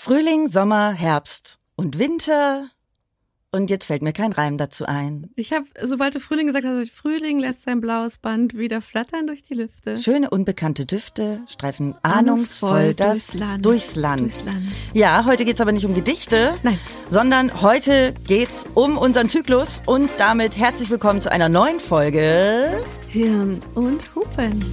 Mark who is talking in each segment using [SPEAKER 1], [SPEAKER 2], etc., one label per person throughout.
[SPEAKER 1] Frühling, Sommer, Herbst und Winter. Und jetzt fällt mir kein Reim dazu ein.
[SPEAKER 2] Ich habe, sobald du Frühling gesagt hast, Frühling lässt sein blaues Band wieder flattern durch die Lüfte.
[SPEAKER 1] Schöne, unbekannte Düfte streifen ahnungsvoll durchs Land. Ja, heute geht's aber nicht um Gedichte.
[SPEAKER 2] Nein.
[SPEAKER 1] Sondern heute geht's um unseren Zyklus und damit herzlich willkommen zu einer neuen Folge
[SPEAKER 2] Hirn und Hupen.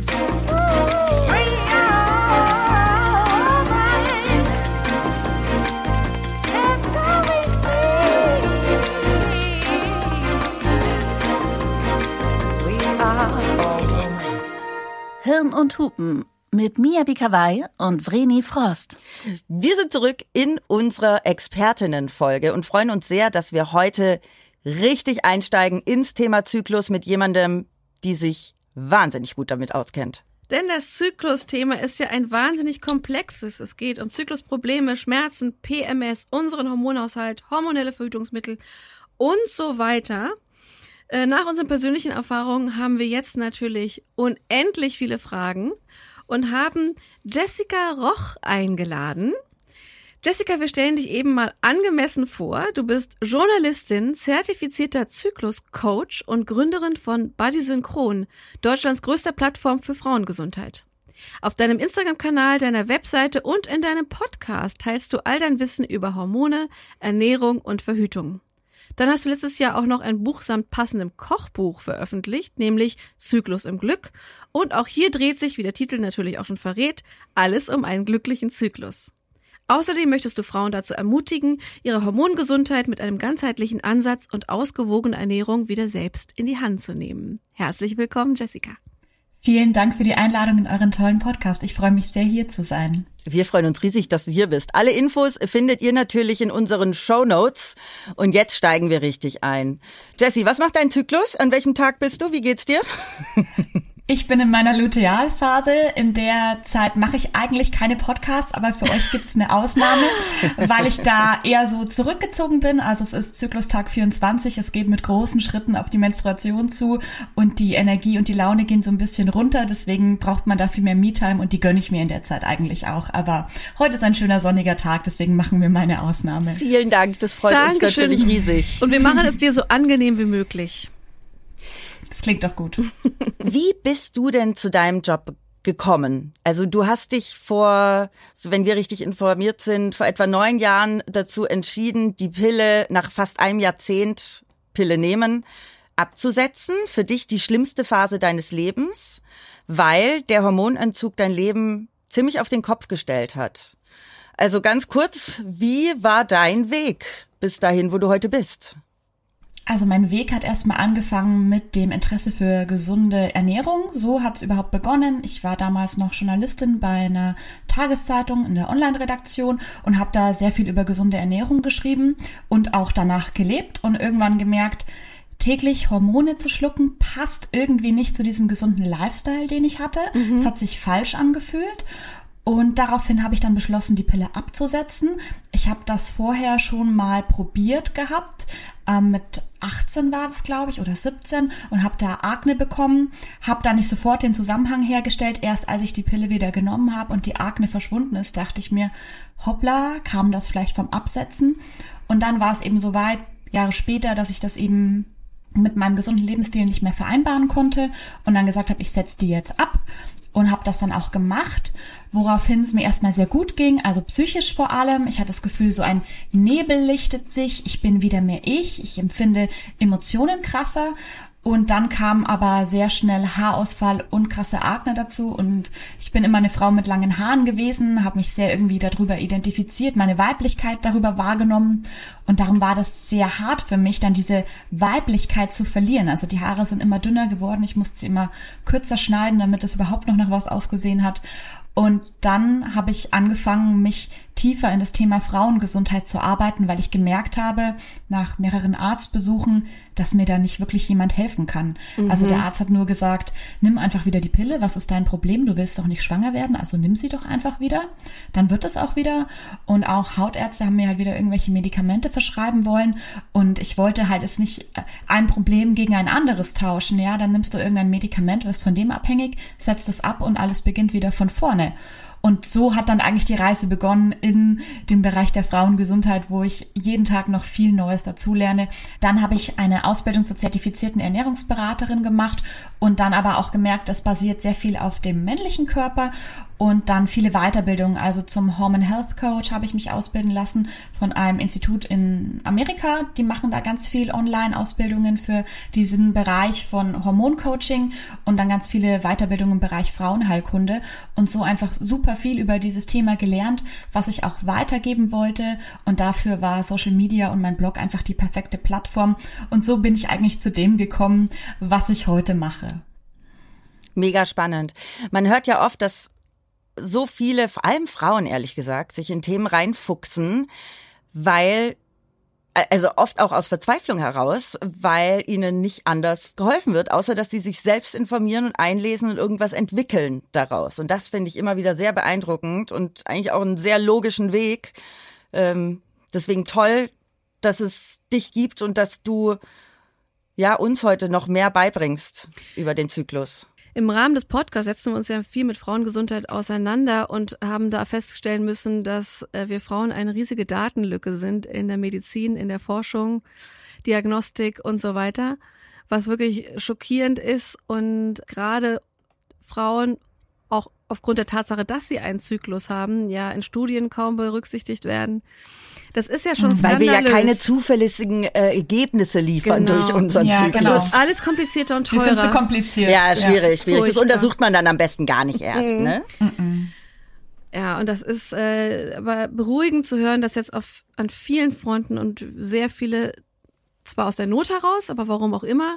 [SPEAKER 3] Hirn und Hupen mit Mia Bikawai und Vreni Frost.
[SPEAKER 1] Wir sind zurück in unserer Expertinnenfolge und freuen uns sehr, dass wir heute richtig einsteigen ins Thema Zyklus mit jemandem, die sich wahnsinnig gut damit auskennt.
[SPEAKER 2] Denn das Zyklusthema ist ja ein wahnsinnig komplexes. Es geht um Zyklusprobleme, Schmerzen, PMS, unseren Hormonhaushalt, hormonelle Verhütungsmittel und so weiter. Nach unseren persönlichen Erfahrungen haben wir jetzt natürlich unendlich viele Fragen und haben Jessica Roch eingeladen. Jessica, wir stellen dich eben mal angemessen vor. Du bist Journalistin, zertifizierter Zyklus-Coach und Gründerin von Body Synchron, Deutschlands größter Plattform für Frauengesundheit. Auf deinem Instagram-Kanal, deiner Webseite und in deinem Podcast teilst du all dein Wissen über Hormone, Ernährung und Verhütung. Dann hast du letztes Jahr auch noch ein Buch samt passendem Kochbuch veröffentlicht, nämlich Zyklus im Glück. Und auch hier dreht sich, wie der Titel natürlich auch schon verrät, alles um einen glücklichen Zyklus. Außerdem möchtest du Frauen dazu ermutigen, ihre Hormongesundheit mit einem ganzheitlichen Ansatz und ausgewogener Ernährung wieder selbst in die Hand zu nehmen. Herzlich willkommen, Jessica.
[SPEAKER 4] Vielen Dank für die Einladung in euren tollen Podcast. Ich freue mich sehr, hier zu sein.
[SPEAKER 1] Wir freuen uns riesig, dass du hier bist. Alle Infos findet ihr natürlich in unseren Shownotes. Und jetzt steigen wir richtig ein. Jessie, was macht dein Zyklus? An welchem Tag bist du? Wie geht's dir?
[SPEAKER 4] Ich bin in meiner Lutealphase. In der Zeit mache ich eigentlich keine Podcasts, aber für euch gibt's eine Ausnahme, weil ich da eher so zurückgezogen bin. Also es ist Zyklustag 24, es geht mit großen Schritten auf die Menstruation zu und die Energie und die Laune gehen so ein bisschen runter. Deswegen braucht man da viel mehr Me-Time und die gönne ich mir in der Zeit eigentlich auch. Aber heute ist ein schöner sonniger Tag, deswegen machen wir mal eine Ausnahme.
[SPEAKER 1] Vielen Dank, das freut uns natürlich riesig.
[SPEAKER 2] Und wir machen es dir so angenehm wie möglich.
[SPEAKER 4] Das klingt doch gut.
[SPEAKER 1] Wie bist du denn zu deinem Job gekommen? Also du hast dich vor, so wenn wir richtig informiert sind, vor etwa 9 Jahren dazu entschieden, die Pille nach fast einem Jahrzehnt Pille nehmen, abzusetzen. Für dich die schlimmste Phase deines Lebens, weil der Hormonentzug dein Leben ziemlich auf den Kopf gestellt hat. Also ganz kurz, wie war dein Weg bis dahin, wo du heute bist?
[SPEAKER 4] Also mein Weg hat erstmal angefangen mit dem Interesse für gesunde Ernährung. So hat's überhaupt begonnen. Ich war damals noch Journalistin bei einer Tageszeitung in der Online-Redaktion und habe da sehr viel über gesunde Ernährung geschrieben und auch danach gelebt und irgendwann gemerkt, täglich Hormone zu schlucken passt irgendwie nicht zu diesem gesunden Lifestyle, den ich hatte. Es hat sich falsch angefühlt. Und daraufhin habe ich dann beschlossen, die Pille abzusetzen. Ich habe das vorher schon mal probiert gehabt. Mit 18 war das, glaube ich, oder 17 und habe da Akne bekommen. Habe da nicht sofort den Zusammenhang hergestellt. Erst als ich die Pille wieder genommen habe und die Akne verschwunden ist, dachte ich mir, hoppla, kam das vielleicht vom Absetzen? Und dann war es eben so weit, Jahre später, dass ich das eben mit meinem gesunden Lebensstil nicht mehr vereinbaren konnte und dann gesagt habe, ich setze die jetzt ab. Und habe das dann auch gemacht, woraufhin es mir erstmal sehr gut ging, also psychisch vor allem. Ich hatte das Gefühl, so ein Nebel lichtet sich, ich bin wieder mehr ich empfinde Emotionen krasser. Und dann kam aber sehr schnell Haarausfall und krasse Akne dazu und ich bin immer eine Frau mit langen Haaren gewesen, habe mich sehr irgendwie darüber identifiziert, meine Weiblichkeit darüber wahrgenommen und darum war das sehr hart für mich, dann diese Weiblichkeit zu verlieren. Also die Haare sind immer dünner geworden, ich musste sie immer kürzer schneiden, damit es überhaupt noch nach was ausgesehen hat. Und dann habe ich angefangen, mich tiefer in das Thema Frauengesundheit zu arbeiten, weil ich gemerkt habe, nach mehreren Arztbesuchen, dass mir da nicht wirklich jemand helfen kann. Also der Arzt hat nur gesagt, nimm einfach wieder die Pille, was ist dein Problem? Du willst doch nicht schwanger werden, also nimm sie doch einfach wieder. Dann wird es auch wieder. Und auch Hautärzte haben mir halt wieder irgendwelche Medikamente verschreiben wollen. Und ich wollte halt jetzt nicht ein Problem gegen ein anderes tauschen. Ja, dann nimmst du irgendein Medikament, wirst von dem abhängig, setzt es ab und alles beginnt wieder von vorne. Und so hat dann eigentlich die Reise begonnen in dem Bereich der Frauengesundheit, wo ich jeden Tag noch viel Neues dazulerne. Dann habe ich eine Ausbildung zur zertifizierten Ernährungsberaterin gemacht und dann aber auch gemerkt, es basiert sehr viel auf dem männlichen Körper und dann viele Weiterbildungen. Also zum Hormone Health Coach habe ich mich ausbilden lassen von einem Institut in Amerika. Die machen da ganz viel Online-Ausbildungen für diesen Bereich von Hormoncoaching und dann ganz viele Weiterbildungen im Bereich Frauenheilkunde und so einfach super viel über dieses Thema gelernt, was ich auch weitergeben wollte, und dafür war Social Media und mein Blog einfach die perfekte Plattform und so bin ich eigentlich zu dem gekommen, was ich heute mache.
[SPEAKER 1] Mega spannend. Man hört ja oft, dass so viele, vor allem Frauen ehrlich gesagt, sich in Themen reinfuchsen, weil, also oft auch aus Verzweiflung heraus, weil ihnen nicht anders geholfen wird, außer dass sie sich selbst informieren und einlesen und irgendwas entwickeln daraus. Und das finde ich immer wieder sehr beeindruckend und eigentlich auch einen sehr logischen Weg. Deswegen toll, dass es dich gibt und dass du ja uns heute noch mehr beibringst über den Zyklus.
[SPEAKER 2] Im Rahmen des Podcasts setzen wir uns ja viel mit Frauengesundheit auseinander und haben da feststellen müssen, dass wir Frauen eine riesige Datenlücke sind in der Medizin, in der Forschung, Diagnostik und so weiter, was wirklich schockierend ist und gerade Frauen auch aufgrund der Tatsache, dass sie einen Zyklus haben, ja in Studien kaum berücksichtigt werden. Das ist ja schon skandalös.
[SPEAKER 1] Weil wir ja keine zuverlässigen Ergebnisse liefern durch unseren Zyklus.
[SPEAKER 4] Genau.
[SPEAKER 2] Das ist alles komplizierter und teurer.
[SPEAKER 4] Die sind zu kompliziert.
[SPEAKER 1] Ja, schwierig. Das
[SPEAKER 2] Furchtbar.
[SPEAKER 1] untersucht man dann am besten gar nicht erst, ne?
[SPEAKER 2] Ja, und das ist aber beruhigend zu hören, dass jetzt an vielen Fronten und sehr viele, zwar aus der Not heraus, aber warum auch immer,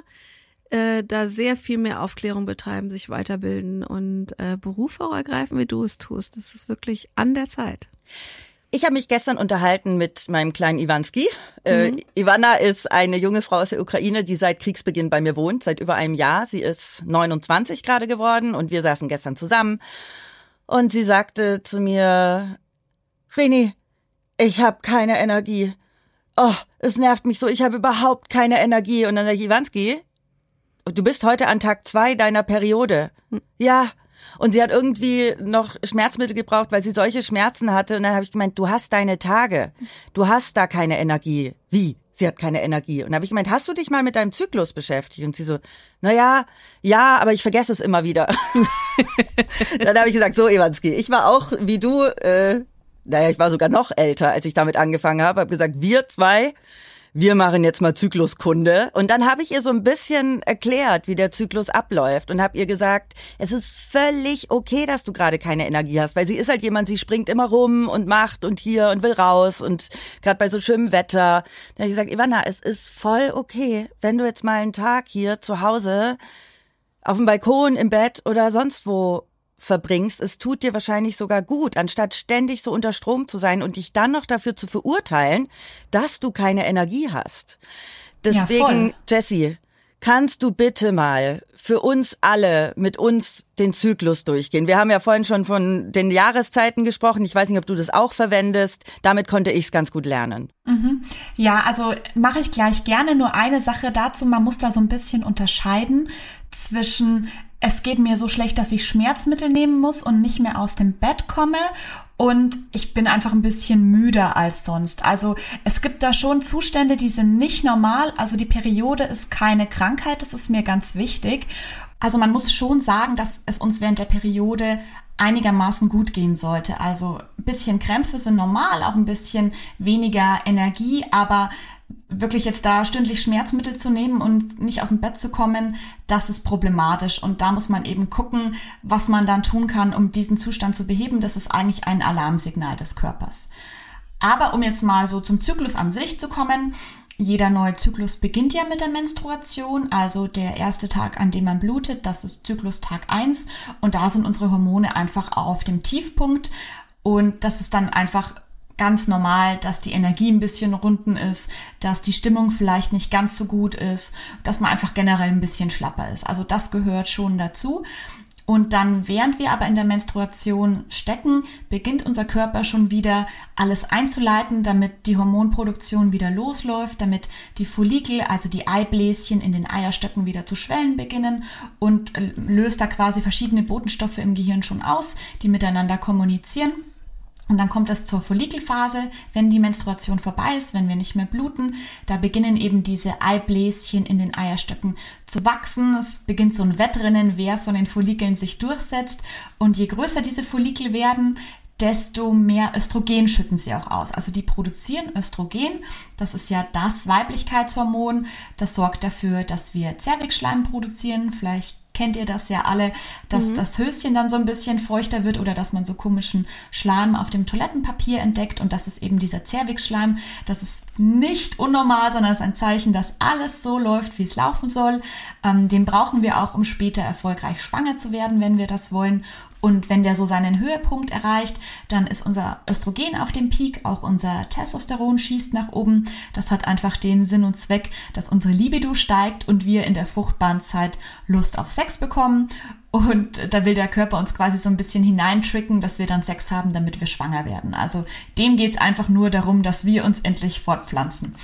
[SPEAKER 2] da sehr viel mehr Aufklärung betreiben, sich weiterbilden und Berufe auch ergreifen, wie du es tust. Das ist wirklich an der Zeit.
[SPEAKER 1] Ich habe mich gestern unterhalten mit meinem kleinen Iwanski. Ivana ist eine junge Frau aus der Ukraine, die seit Kriegsbeginn bei mir wohnt, seit über einem Jahr. Sie ist 29 gerade geworden und wir saßen gestern zusammen. Und sie sagte zu mir, Vreni, ich habe keine Energie. Oh, es nervt mich so, ich habe überhaupt keine Energie. Und dann sage ich, Iwanski, du bist heute an Tag 2 deiner Periode. Ja. Und sie hat irgendwie noch Schmerzmittel gebraucht, weil sie solche Schmerzen hatte. Und dann habe ich gemeint, du hast deine Tage. Du hast da keine Energie. Wie? Sie hat keine Energie. Und dann habe ich gemeint, hast du dich mal mit deinem Zyklus beschäftigt? Und sie so, ja, aber ich vergesse es immer wieder. Dann habe ich gesagt, so Iwanski, ich war auch wie du, ich war sogar noch älter, als ich damit angefangen habe. Habe gesagt, wir machen jetzt mal Zykluskunde. Und dann habe ich ihr so ein bisschen erklärt, wie der Zyklus abläuft und habe ihr gesagt, es ist völlig okay, dass du gerade keine Energie hast, weil sie ist halt jemand, sie springt immer rum und macht und hier und will raus und gerade bei so schönem Wetter. Dann habe ich gesagt, Ivana, es ist voll okay, wenn du jetzt mal einen Tag hier zu Hause auf dem Balkon, im Bett oder sonst wo verbringst, es tut dir wahrscheinlich sogar gut, anstatt ständig so unter Strom zu sein und dich dann noch dafür zu verurteilen, dass du keine Energie hast. Deswegen, ja, Jessie, kannst du bitte mal für uns alle mit uns den Zyklus durchgehen? Wir haben ja vorhin schon von den Jahreszeiten gesprochen. Ich weiß nicht, ob du das auch verwendest. Damit konnte ich es ganz gut lernen.
[SPEAKER 4] Ja, also mache ich gleich gerne. Nur eine Sache dazu, man muss da so ein bisschen unterscheiden zwischen es geht mir so schlecht, dass ich Schmerzmittel nehmen muss und nicht mehr aus dem Bett komme und ich bin einfach ein bisschen müder als sonst. Also es gibt da schon Zustände, die sind nicht normal. Also die Periode ist keine Krankheit, das ist mir ganz wichtig. Also man muss schon sagen, dass es uns während der Periode einigermaßen gut gehen sollte. Also ein bisschen Krämpfe sind normal, auch ein bisschen weniger Energie, aber wirklich jetzt da stündlich Schmerzmittel zu nehmen und nicht aus dem Bett zu kommen, das ist problematisch. Und da muss man eben gucken, was man dann tun kann, um diesen Zustand zu beheben. Das ist eigentlich ein Alarmsignal des Körpers. Aber um jetzt mal so zum Zyklus an sich zu kommen, jeder neue Zyklus beginnt ja mit der Menstruation, also der erste Tag, an dem man blutet, das ist Zyklus Tag 1 und da sind unsere Hormone einfach auf dem Tiefpunkt und das ist dann einfach ganz normal, dass die Energie ein bisschen unten ist, dass die Stimmung vielleicht nicht ganz so gut ist, dass man einfach generell ein bisschen schlapper ist. Also das gehört schon dazu. Und dann, während wir aber in der Menstruation stecken, beginnt unser Körper schon wieder alles einzuleiten, damit die Hormonproduktion wieder losläuft, damit die Follikel, also die Eibläschen in den Eierstöcken wieder zu schwellen beginnen und löst da quasi verschiedene Botenstoffe im Gehirn schon aus, die miteinander kommunizieren. Und dann kommt es zur Follikelphase, wenn die Menstruation vorbei ist, wenn wir nicht mehr bluten. Da beginnen eben diese Eibläschen in den Eierstöcken zu wachsen. Es beginnt so ein Wettrennen, wer von den Follikeln sich durchsetzt. Und je größer diese Follikel werden, desto mehr Östrogen schütten sie auch aus. Also die produzieren Östrogen. Das ist ja das Weiblichkeitshormon. Das sorgt dafür, dass wir Zervixschleim produzieren. Vielleicht kennt ihr das ja alle, dass das Höschen dann so ein bisschen feuchter wird oder dass man so komischen Schleim auf dem Toilettenpapier entdeckt. Und das ist eben dieser Zervixschleim. Das ist nicht unnormal, sondern es ist ein Zeichen, dass alles so läuft, wie es laufen soll. Den brauchen wir auch, um später erfolgreich schwanger zu werden, wenn wir das wollen. Und wenn der so seinen Höhepunkt erreicht, dann ist unser Östrogen auf dem Peak, auch unser Testosteron schießt nach oben. Das hat einfach den Sinn und Zweck, dass unsere Libido steigt und wir in der fruchtbaren Zeit Lust auf Sex bekommen. Und da will der Körper uns quasi so ein bisschen hineintricken, dass wir dann Sex haben, damit wir schwanger werden. Also dem geht's einfach nur darum, dass wir uns endlich fortpflanzen.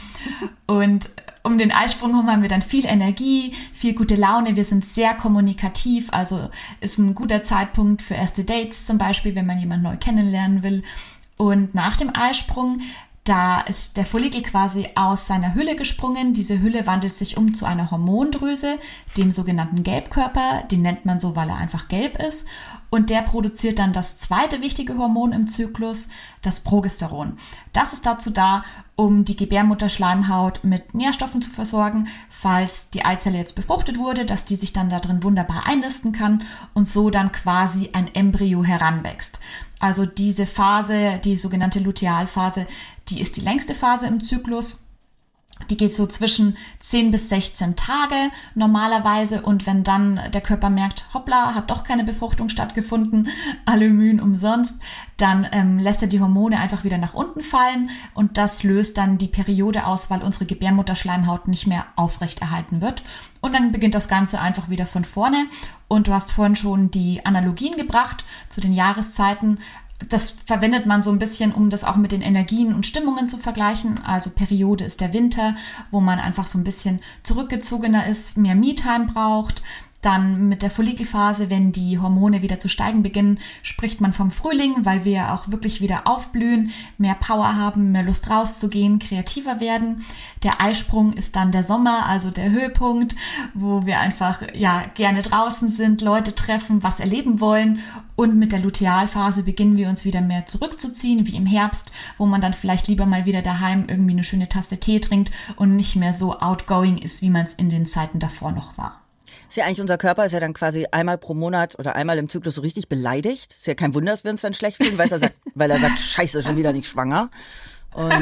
[SPEAKER 4] Und um den Eisprung herum haben wir dann viel Energie, viel gute Laune. Wir sind sehr kommunikativ, also ist ein guter Zeitpunkt für erste Dates zum Beispiel, wenn man jemanden neu kennenlernen will. Und nach dem Eisprung, da ist der Follikel quasi aus seiner Hülle gesprungen. Diese Hülle wandelt sich um zu einer Hormondrüse, dem sogenannten Gelbkörper. Den nennt man so, weil er einfach gelb ist. Und der produziert dann das zweite wichtige Hormon im Zyklus, das Progesteron. Das ist dazu da, um die Gebärmutterschleimhaut mit Nährstoffen zu versorgen, falls die Eizelle jetzt befruchtet wurde, dass die sich dann da drin wunderbar einnisten kann und so dann quasi ein Embryo heranwächst. Also diese Phase, die sogenannte Lutealphase, die ist die längste Phase im Zyklus. Die geht so zwischen 10 bis 16 Tage normalerweise und wenn dann der Körper merkt, hoppla, hat doch keine Befruchtung stattgefunden, alle Mühen umsonst, dann lässt er die Hormone einfach wieder nach unten fallen und das löst dann die Periode aus, weil unsere Gebärmutterschleimhaut nicht mehr aufrechterhalten wird. Und dann beginnt das Ganze einfach wieder von vorne und du hast vorhin schon die Analogien gebracht zu den Jahreszeiten. Das verwendet man so ein bisschen, um das auch mit den Energien und Stimmungen zu vergleichen. Also Periode ist der Winter, wo man einfach so ein bisschen zurückgezogener ist, mehr Me-Time braucht. Dann mit der Follikelphase, wenn die Hormone wieder zu steigen beginnen, spricht man vom Frühling, weil wir ja auch wirklich wieder aufblühen, mehr Power haben, mehr Lust rauszugehen, kreativer werden. Der Eisprung ist dann der Sommer, also der Höhepunkt, wo wir einfach gerne draußen sind, Leute treffen, was erleben wollen. Und mit der Lutealphase beginnen wir uns wieder mehr zurückzuziehen, wie im Herbst, wo man dann vielleicht lieber mal wieder daheim irgendwie eine schöne Tasse Tee trinkt und nicht mehr so outgoing ist, wie man es in den Zeiten davor noch war.
[SPEAKER 1] Ist ja eigentlich, unser Körper ist ja dann quasi einmal pro Monat oder einmal im Zyklus so richtig beleidigt. Ist ja kein Wunder, dass wir uns dann schlecht fühlen, weil er sagt, scheiße, schon wieder nicht schwanger. Und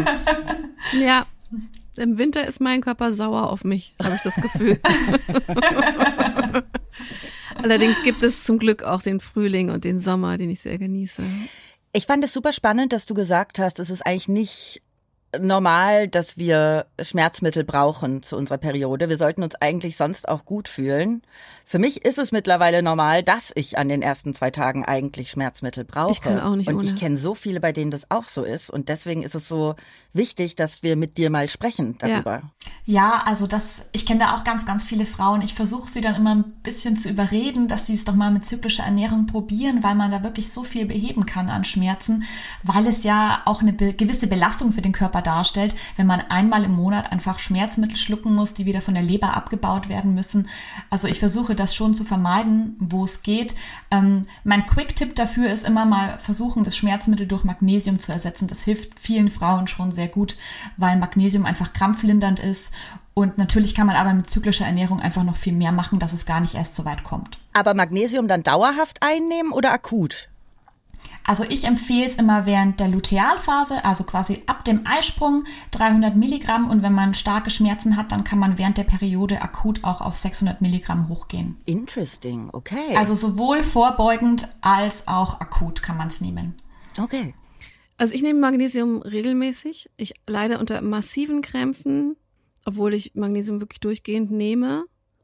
[SPEAKER 2] ja, im Winter ist mein Körper sauer auf mich, habe ich das Gefühl. Allerdings gibt es zum Glück auch den Frühling und den Sommer, den ich sehr genieße.
[SPEAKER 1] Ich fand es super spannend, dass du gesagt hast, es ist eigentlich nicht normal, dass wir Schmerzmittel brauchen zu unserer Periode. Wir sollten uns eigentlich sonst auch gut fühlen. Für mich ist es mittlerweile normal, dass ich an den ersten 2 Tagen eigentlich Schmerzmittel brauche.
[SPEAKER 2] Ich kann auch nicht ohne.
[SPEAKER 1] Und ich kenne so viele, bei denen das auch so ist. Und deswegen ist es so wichtig, dass wir mit dir mal sprechen darüber.
[SPEAKER 4] Ja, also ich kenne da auch ganz, ganz viele Frauen. Ich versuche sie dann immer ein bisschen zu überreden, dass sie es doch mal mit zyklischer Ernährung probieren, weil man da wirklich so viel beheben kann an Schmerzen, weil es ja auch eine gewisse Belastung für den Körper darstellt, wenn man einmal im Monat einfach Schmerzmittel schlucken muss, die wieder von der Leber abgebaut werden müssen. Also ich versuche das schon zu vermeiden, wo es geht. Mein Quick-Tipp dafür ist immer mal versuchen, das Schmerzmittel durch Magnesium zu ersetzen. Das hilft vielen Frauen schon sehr gut, weil Magnesium einfach krampflindernd ist. Und natürlich kann man aber mit zyklischer Ernährung einfach noch viel mehr machen, dass es gar nicht erst so weit kommt.
[SPEAKER 1] Aber Magnesium dann dauerhaft einnehmen oder akut?
[SPEAKER 4] Also ich empfehle es immer während der Lutealphase, also quasi ab dem Eisprung 300 Milligramm und wenn man starke Schmerzen hat, dann kann man während der Periode akut auch auf 600 Milligramm hochgehen.
[SPEAKER 1] Interesting, okay.
[SPEAKER 4] Also sowohl vorbeugend als auch akut kann man es nehmen.
[SPEAKER 1] Okay.
[SPEAKER 2] Also ich nehme Magnesium regelmäßig. Ich leide unter massiven Krämpfen, obwohl ich Magnesium wirklich durchgehend nehme.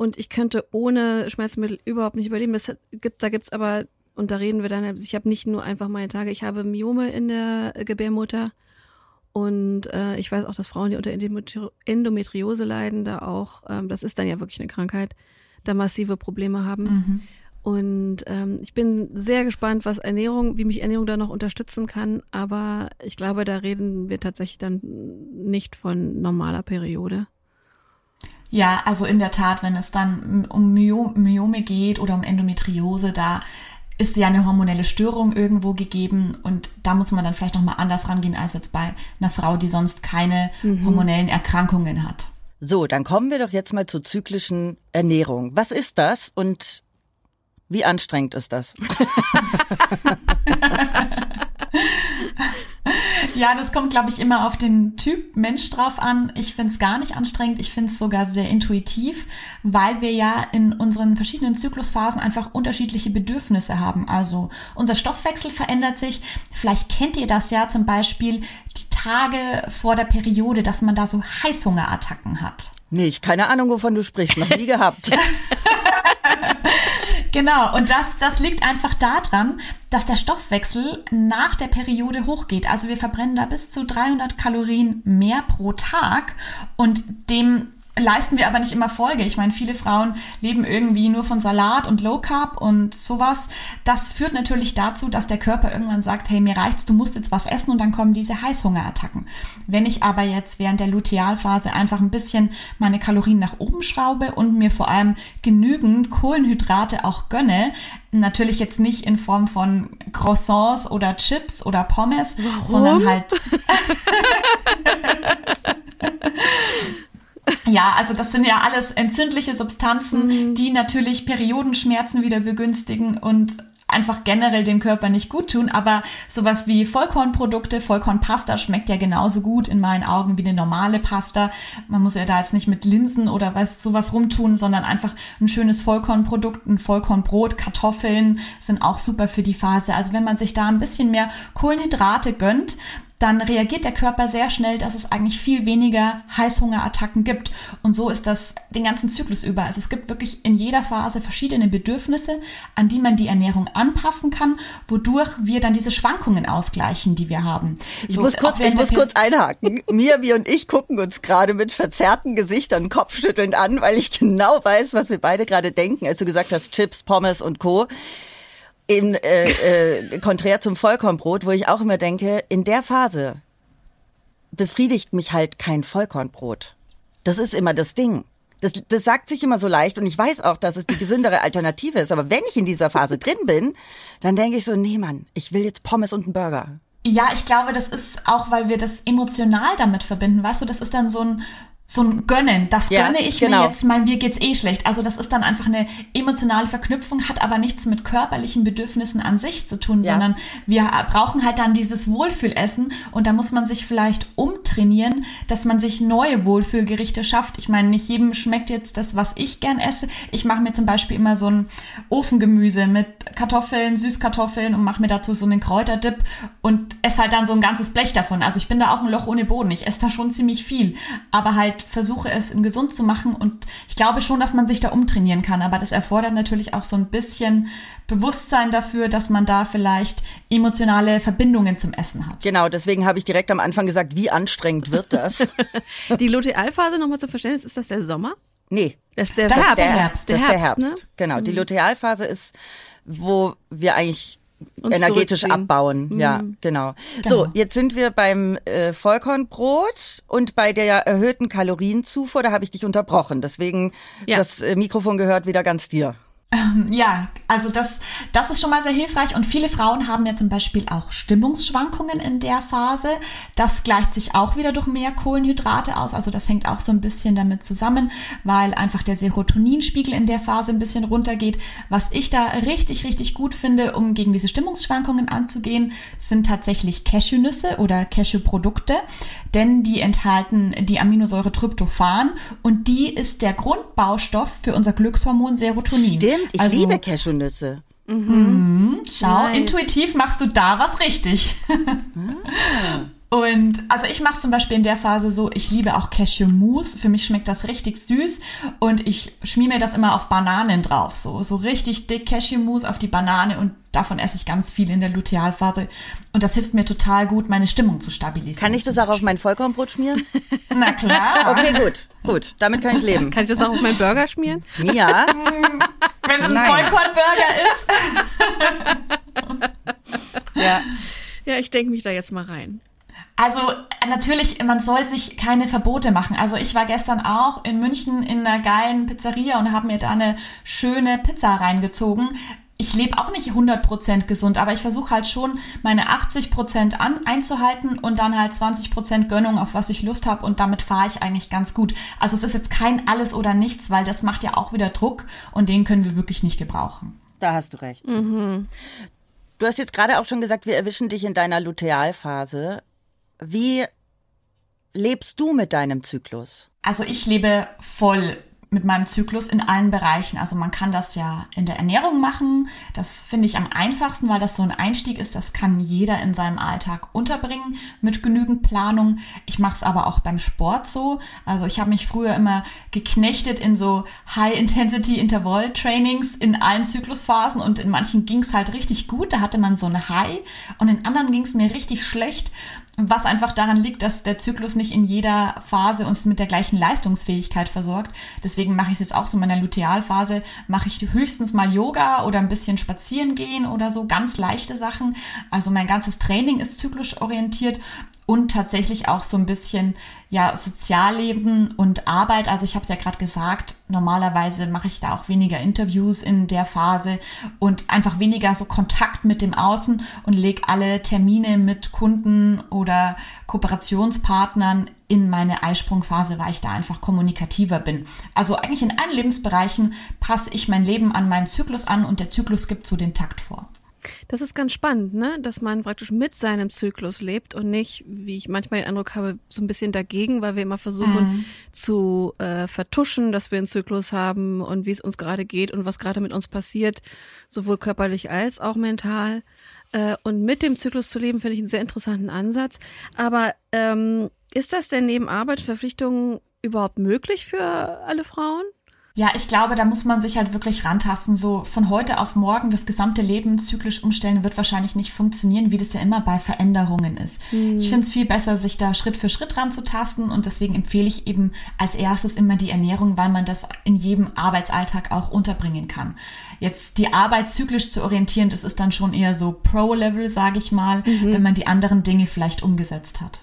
[SPEAKER 2] und ich könnte ohne Schmerzmittel überhaupt nicht überleben. Da gibt's aber, und da reden wir dann, ich habe nicht nur einfach meine Tage, ich habe Myome in der Gebärmutter und ich weiß auch, dass Frauen, die unter Endometriose leiden, da auch, das ist dann ja wirklich eine Krankheit, da massive Probleme haben.
[SPEAKER 4] Mhm.
[SPEAKER 2] Und ich bin sehr gespannt, wie mich Ernährung da noch unterstützen kann, aber ich glaube, da reden wir tatsächlich dann nicht von normaler Periode.
[SPEAKER 4] Ja, also in der Tat, wenn es dann um Myome geht oder um Endometriose, da ist ja eine hormonelle Störung irgendwo gegeben und da muss man dann vielleicht nochmal anders rangehen als jetzt bei einer Frau, die sonst keine hormonellen Erkrankungen hat.
[SPEAKER 1] So, dann kommen wir doch jetzt mal zur zyklischen Ernährung. Was ist das und wie anstrengend ist das?
[SPEAKER 4] Ja, das kommt, glaube ich, immer auf den Typ Mensch drauf an. Ich finde es gar nicht anstrengend. Ich finde es sogar sehr intuitiv, weil wir ja in unseren verschiedenen Zyklusphasen einfach unterschiedliche Bedürfnisse haben. Also unser Stoffwechsel verändert sich. Vielleicht kennt ihr das ja zum Beispiel die Tage vor der Periode, dass man da so Heißhungerattacken hat.
[SPEAKER 1] Nee, keine Ahnung, wovon du sprichst. Noch nie gehabt.
[SPEAKER 4] Genau, und das liegt einfach daran, dass der Stoffwechsel nach der Periode hochgeht. Also wir verbrennen da bis zu 300 Kalorien mehr pro Tag und dem leisten wir aber nicht immer Folge. Ich meine, viele Frauen leben irgendwie nur von Salat und Low Carb und sowas. Das führt natürlich dazu, dass der Körper irgendwann sagt, hey, mir reicht's, du musst jetzt was essen und dann kommen diese Heißhungerattacken. Wenn ich aber jetzt während der Lutealphase einfach ein bisschen meine Kalorien nach oben schraube und mir vor allem genügend Kohlenhydrate auch gönne, natürlich jetzt nicht in Form von Croissants oder Chips oder Pommes, sondern halt... Ja, also das sind ja alles entzündliche Substanzen, die natürlich Periodenschmerzen wieder begünstigen und einfach generell dem Körper nicht gut tun. Aber sowas wie Vollkornprodukte, Vollkornpasta schmeckt ja genauso gut in meinen Augen wie eine normale Pasta. Man muss ja da jetzt nicht mit Linsen oder sowas rumtun, sondern einfach ein schönes Vollkornprodukt, ein Vollkornbrot, Kartoffeln sind auch super für die Phase. Also wenn man sich da ein bisschen mehr Kohlenhydrate gönnt, dann reagiert der Körper sehr schnell, dass es eigentlich viel weniger Heißhungerattacken gibt. Und so ist das den ganzen Zyklus über. Also es gibt wirklich in jeder Phase verschiedene Bedürfnisse, an die man die Ernährung anpassen kann, wodurch wir dann diese Schwankungen ausgleichen, die wir haben.
[SPEAKER 1] Ich muss kurz einhaken. Mirbi und ich gucken uns gerade mit verzerrten Gesichtern kopfschüttelnd an, weil ich genau weiß, was wir beide gerade denken, als du gesagt hast, Chips, Pommes und Co., eben konträr zum Vollkornbrot, wo ich auch immer denke, in der Phase befriedigt mich halt kein Vollkornbrot. Das ist immer das Ding. Das sagt sich immer so leicht und ich weiß auch, dass es die gesündere Alternative ist. Aber wenn ich in dieser Phase drin bin, dann denke ich so, nee Mann, ich will jetzt Pommes und einen Burger.
[SPEAKER 4] Ja, ich glaube, das ist auch, weil wir das emotional damit verbinden. Weißt du, das ist dann so ein Gönnen, das gönne ich mir jetzt, mir geht's schlecht. Also das ist dann einfach eine emotionale Verknüpfung, hat aber nichts mit körperlichen Bedürfnissen an sich zu tun, sondern wir brauchen halt dann dieses Wohlfühlessen und da muss man sich vielleicht umtrainieren, dass man sich neue Wohlfühlgerichte schafft. Ich meine, nicht jedem schmeckt jetzt das, was ich gern esse. Ich mache mir zum Beispiel immer so ein Ofengemüse mit Kartoffeln, Süßkartoffeln und mache mir dazu so einen Kräuterdip und esse halt dann so ein ganzes Blech davon. Also ich bin da auch ein Loch ohne Boden. Ich esse da schon ziemlich viel, aber halt versuche es gesund zu machen und ich glaube schon, dass man sich da umtrainieren kann, aber das erfordert natürlich auch so ein bisschen Bewusstsein dafür, dass man da vielleicht emotionale Verbindungen zum Essen hat.
[SPEAKER 1] Genau, deswegen habe ich direkt am Anfang gesagt, wie anstrengend wird das?
[SPEAKER 2] Die Lutealphase, nochmal zum Verständnis, ist das der Sommer?
[SPEAKER 1] Nee.
[SPEAKER 2] Das ist der
[SPEAKER 1] Herbst.
[SPEAKER 2] Der Herbst,
[SPEAKER 1] ne? Genau, die Lutealphase ist, wo wir eigentlich energetisch abbauen, ja, genau. So, jetzt sind wir beim Vollkornbrot und bei der erhöhten Kalorienzufuhr, da habe ich dich unterbrochen, deswegen das Mikrofon gehört wieder ganz dir.
[SPEAKER 4] Ja, also das ist schon mal sehr hilfreich und viele Frauen haben ja zum Beispiel auch Stimmungsschwankungen in der Phase. Das gleicht sich auch wieder durch mehr Kohlenhydrate aus, also das hängt auch so ein bisschen damit zusammen, weil einfach der Serotoninspiegel in der Phase ein bisschen runtergeht. Was ich da richtig, richtig gut finde, um gegen diese Stimmungsschwankungen anzugehen, sind tatsächlich Cashewnüsse oder Cashewprodukte, denn die enthalten die Aminosäure Tryptophan und die ist der Grundbaustoff für unser Glückshormon Serotonin.
[SPEAKER 1] Stimmt, ich liebe Cashewnüsse.
[SPEAKER 4] Schau, nice. Intuitiv machst du da was richtig. Und also ich mache es zum Beispiel in der Phase so, ich liebe auch Cashew-Mousse. Für mich schmeckt das richtig süß und ich schmier mir das immer auf Bananen drauf. So richtig dick Cashew-Mousse auf die Banane und davon esse ich ganz viel in der Lutealphase. Und das hilft mir total gut, meine Stimmung zu stabilisieren.
[SPEAKER 1] Kann ich das auch auf mein Vollkornbrot schmieren?
[SPEAKER 4] Na klar.
[SPEAKER 1] Okay, gut. Damit kann ich leben.
[SPEAKER 2] Kann ich das auch auf meinen Burger schmieren?
[SPEAKER 1] Ja.
[SPEAKER 4] Wenn es ein Vollkornburger ist.
[SPEAKER 1] Ja.
[SPEAKER 2] Ja, ich denke mich da jetzt mal rein.
[SPEAKER 4] Also natürlich, man soll sich keine Verbote machen. Also ich war gestern auch in München in einer geilen Pizzeria und habe mir da eine schöne Pizza reingezogen. Ich lebe auch nicht 100% gesund, aber ich versuche halt schon meine 80% einzuhalten und dann halt 20% Gönnung, auf was ich Lust habe, und damit fahre ich eigentlich ganz gut. Also es ist jetzt kein Alles oder Nichts, weil das macht ja auch wieder Druck und den können wir wirklich nicht gebrauchen.
[SPEAKER 1] Da hast du recht. Mhm. Du hast jetzt gerade auch schon gesagt, wir erwischen dich in deiner Lutealphase. Wie lebst du mit deinem Zyklus?
[SPEAKER 4] Also ich lebe voll mit meinem Zyklus in allen Bereichen. Also man kann das ja in der Ernährung machen. Das finde ich am einfachsten, weil das so ein Einstieg ist. Das kann jeder in seinem Alltag unterbringen mit genügend Planung. Ich mache es aber auch beim Sport so. Also ich habe mich früher immer geknechtet in so High-Intensity-Intervall-Trainings in allen Zyklusphasen und in manchen ging es halt richtig gut. Da hatte man so eine High und in anderen ging es mir richtig schlecht. Was einfach daran liegt, dass der Zyklus nicht in jeder Phase uns mit der gleichen Leistungsfähigkeit versorgt. Deswegen mache ich es jetzt auch so in meiner Lutealphase, mache ich höchstens mal Yoga oder ein bisschen spazieren gehen oder so, ganz leichte Sachen. Also mein ganzes Training ist zyklisch orientiert und tatsächlich auch so ein bisschen ja Sozialleben und Arbeit. Also ich habe es ja gerade gesagt, normalerweise mache ich da auch weniger Interviews in der Phase und einfach weniger so Kontakt mit dem Außen und lege alle Termine mit Kunden oder Kooperationspartnern in meine Eisprungphase, weil ich da einfach kommunikativer bin. Also eigentlich in allen Lebensbereichen passe ich mein Leben an meinen Zyklus an und der Zyklus gibt so den Takt vor.
[SPEAKER 2] Das ist ganz spannend, ne? Dass man praktisch mit seinem Zyklus lebt und nicht, wie ich manchmal den Eindruck habe, so ein bisschen dagegen, weil wir immer versuchen zu vertuschen, dass wir einen Zyklus haben und wie es uns gerade geht und was gerade mit uns passiert, sowohl körperlich als auch mental. Und mit dem Zyklus zu leben, finde ich einen sehr interessanten Ansatz. Aber ist das denn neben Arbeit, Verpflichtungen überhaupt möglich für alle Frauen?
[SPEAKER 4] Ja, ich glaube, da muss man sich halt wirklich rantasten. So von heute auf morgen das gesamte Leben zyklisch umstellen wird wahrscheinlich nicht funktionieren, wie das ja immer bei Veränderungen ist. Ich finde es viel besser, sich da Schritt für Schritt ranzutasten und deswegen empfehle ich eben als erstes immer die Ernährung, weil man das in jedem Arbeitsalltag auch unterbringen kann. Jetzt die Arbeit zyklisch zu orientieren, das ist dann schon eher so Pro-Level, sage ich mal, wenn man die anderen Dinge vielleicht umgesetzt hat.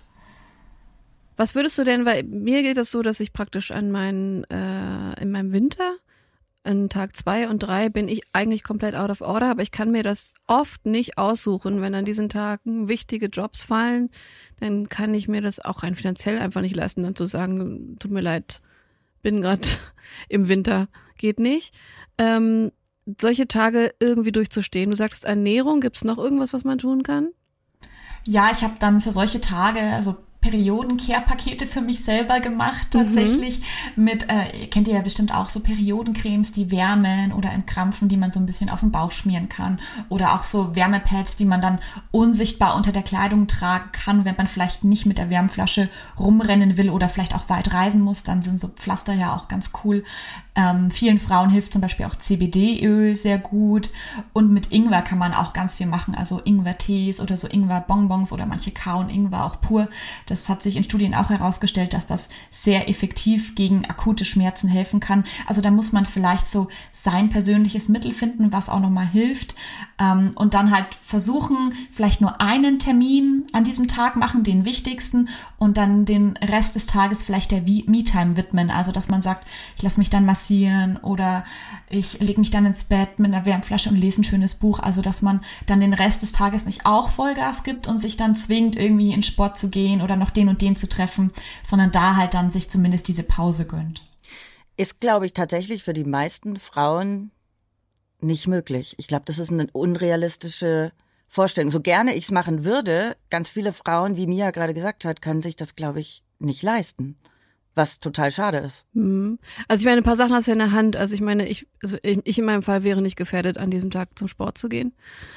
[SPEAKER 2] Was würdest du denn, weil mir geht das so, dass ich praktisch in meinem Winter, an Tag 2 und 3 bin ich eigentlich komplett out of order, aber ich kann mir das oft nicht aussuchen. Wenn an diesen Tagen wichtige Jobs fallen, dann kann ich mir das auch rein finanziell einfach nicht leisten, dann zu sagen, tut mir leid, bin gerade im Winter, geht nicht. Solche Tage irgendwie durchzustehen. Du sagst Ernährung, gibt's noch irgendwas, was man tun kann?
[SPEAKER 4] Ja, ich habe dann für solche Tage, also Perioden-Care-Pakete für mich selber gemacht, tatsächlich mit, kennt ihr ja bestimmt auch so Periodencremes, die wärmen oder entkrampfen, die man so ein bisschen auf den Bauch schmieren kann oder auch so Wärmepads, die man dann unsichtbar unter der Kleidung tragen kann, wenn man vielleicht nicht mit der Wärmflasche rumrennen will oder vielleicht auch weit reisen muss, dann sind so Pflaster ja auch ganz cool. Vielen Frauen hilft zum Beispiel auch CBD-Öl sehr gut und mit Ingwer kann man auch ganz viel machen, also Ingwer-Tees oder so Ingwer-Bonbons oder manche kauen Ingwer auch pur. Das hat sich in Studien auch herausgestellt, dass das sehr effektiv gegen akute Schmerzen helfen kann. Also da muss man vielleicht so sein persönliches Mittel finden, was auch nochmal hilft und dann halt versuchen, vielleicht nur einen Termin an diesem Tag machen, den wichtigsten und dann den Rest des Tages vielleicht der Me-Time widmen. Also dass man sagt, ich lasse mich dann massieren oder ich lege mich dann ins Bett mit einer Wärmflasche und lese ein schönes Buch. Also dass man dann den Rest des Tages nicht auch Vollgas gibt und sich dann zwingt, irgendwie in Sport zu gehen oder noch den und den zu treffen, sondern da halt dann sich zumindest diese Pause gönnt.
[SPEAKER 1] Ist, glaube ich, tatsächlich für die meisten Frauen nicht möglich. Ich glaube, das ist eine unrealistische Vorstellung. So gerne ich es machen würde, ganz viele Frauen, wie Mia gerade gesagt hat, können sich das, glaube ich, nicht leisten. Was total schade ist.
[SPEAKER 2] Also ich meine, ein paar Sachen hast du in der Hand. Also ich meine, ich in meinem Fall wäre nicht gefährdet, an diesem Tag zum Sport zu gehen.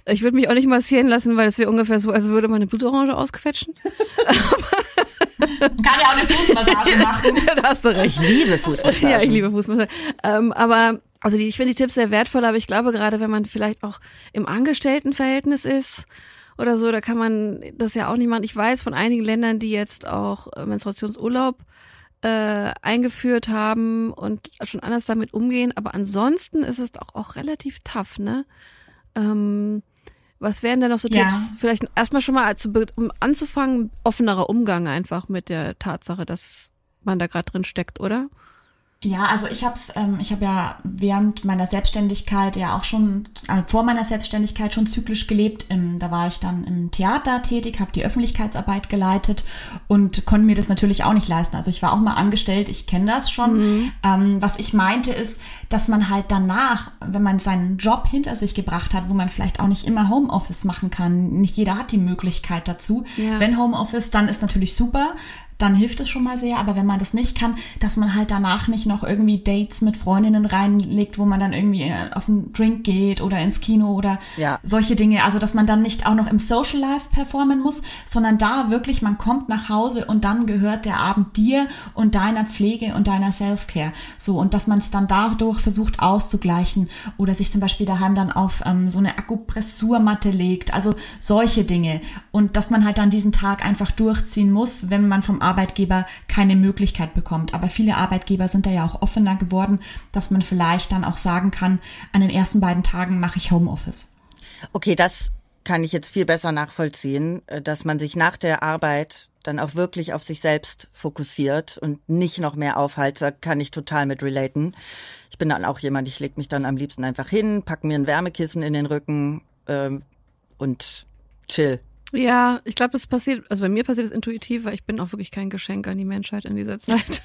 [SPEAKER 2] Ich würde mich auch nicht massieren lassen, weil das wäre ungefähr so, als würde man eine Blutorange ausquetschen.
[SPEAKER 4] Man kann ja auch eine Fußmassage machen.
[SPEAKER 2] Da hast du recht.
[SPEAKER 1] Ich liebe Fußmassage.
[SPEAKER 2] Ja, ich liebe Fußmassage. Aber also ich finde die Tipps sehr wertvoll, aber ich glaube gerade, wenn man vielleicht auch im Angestelltenverhältnis ist oder so, da kann man das ja auch nicht machen. Ich weiß von einigen Ländern, die jetzt auch Menstruationsurlaub eingeführt haben und schon anders damit umgehen, aber ansonsten ist es auch relativ tough, ne? Was wären denn noch so Tipps? Vielleicht erstmal schon mal, um anzufangen, offenerer Umgang einfach mit der Tatsache, dass man da gerade drin steckt, oder?
[SPEAKER 4] Ja, also ich habe ja während meiner Selbstständigkeit ja auch schon, vor meiner Selbstständigkeit schon zyklisch gelebt. Da war ich dann im Theater tätig, habe die Öffentlichkeitsarbeit geleitet und konnte mir das natürlich auch nicht leisten. Also ich war auch mal angestellt, ich kenne das schon. Was ich meinte ist, dass man halt danach, wenn man seinen Job hinter sich gebracht hat, wo man vielleicht auch nicht immer Homeoffice machen kann, nicht jeder hat die Möglichkeit dazu. Ja. Wenn Homeoffice, dann ist natürlich super. Dann hilft es schon mal sehr, aber wenn man das nicht kann, dass man halt danach nicht noch irgendwie Dates mit Freundinnen reinlegt, wo man dann irgendwie auf einen Drink geht oder ins Kino oder solche Dinge. Also, dass man dann nicht auch noch im Social Life performen muss, sondern da wirklich, man kommt nach Hause und dann gehört der Abend dir und deiner Pflege und deiner Self-Care. So, und dass man es dann dadurch versucht auszugleichen oder sich zum Beispiel daheim dann auf so eine Akupressurmatte legt. Also solche Dinge. Und dass man halt dann diesen Tag einfach durchziehen muss, wenn man vom Arbeitgeber keine Möglichkeit bekommt. Aber viele Arbeitgeber sind da ja auch offener geworden, dass man vielleicht dann auch sagen kann, an den ersten beiden Tagen mache ich Homeoffice.
[SPEAKER 1] Okay, das kann ich jetzt viel besser nachvollziehen, dass man sich nach der Arbeit dann auch wirklich auf sich selbst fokussiert und nicht noch mehr aufhält. Da kann ich total mit relaten. Ich bin dann auch jemand, ich lege mich dann am liebsten einfach hin, packe mir ein Wärmekissen in den Rücken und chill.
[SPEAKER 2] Ja, ich glaube, das passiert, also bei mir passiert es intuitiv, weil ich bin auch wirklich kein Geschenk an die Menschheit in dieser Zeit.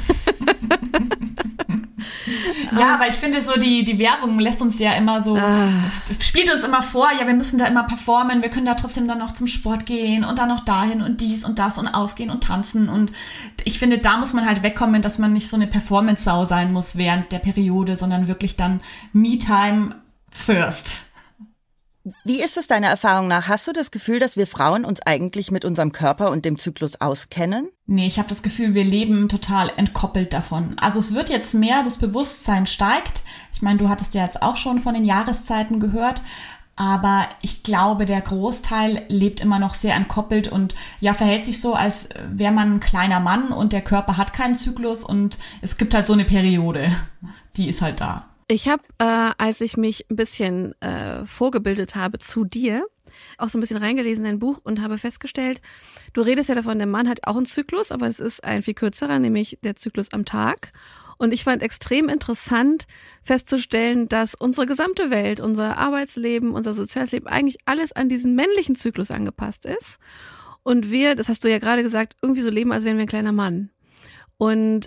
[SPEAKER 4] Ja, aber ich finde so, die Werbung lässt uns ja immer so, spielt uns immer vor, ja, wir müssen da immer performen, wir können da trotzdem dann noch zum Sport gehen und dann noch dahin und dies und das und ausgehen und tanzen und ich finde, da muss man halt wegkommen, dass man nicht so eine Performance-Sau sein muss während der Periode, sondern wirklich dann Me-Time first.
[SPEAKER 1] Wie ist es deiner Erfahrung nach? Hast du das Gefühl, dass wir Frauen uns eigentlich mit unserem Körper und dem Zyklus auskennen?
[SPEAKER 4] Nee, ich habe das Gefühl, wir leben total entkoppelt davon. Also es wird jetzt mehr, das Bewusstsein steigt. Ich meine, du hattest ja jetzt auch schon von den Jahreszeiten gehört. Aber ich glaube, der Großteil lebt immer noch sehr entkoppelt und ja, verhält sich so, als wäre man ein kleiner Mann und der Körper hat keinen Zyklus und es gibt halt so eine Periode, die ist halt da.
[SPEAKER 2] Ich habe, als ich mich ein bisschen vorgebildet habe zu dir, auch so ein bisschen reingelesen in dein Buch und habe festgestellt, du redest ja davon, der Mann hat auch einen Zyklus, aber es ist ein viel kürzerer, nämlich der Zyklus am Tag. Und ich fand extrem interessant festzustellen, dass unsere gesamte Welt, unser Arbeitsleben, unser soziales Leben, eigentlich alles an diesen männlichen Zyklus angepasst ist. Und wir, das hast du ja gerade gesagt, irgendwie so leben, als wären wir ein kleiner Mann. Und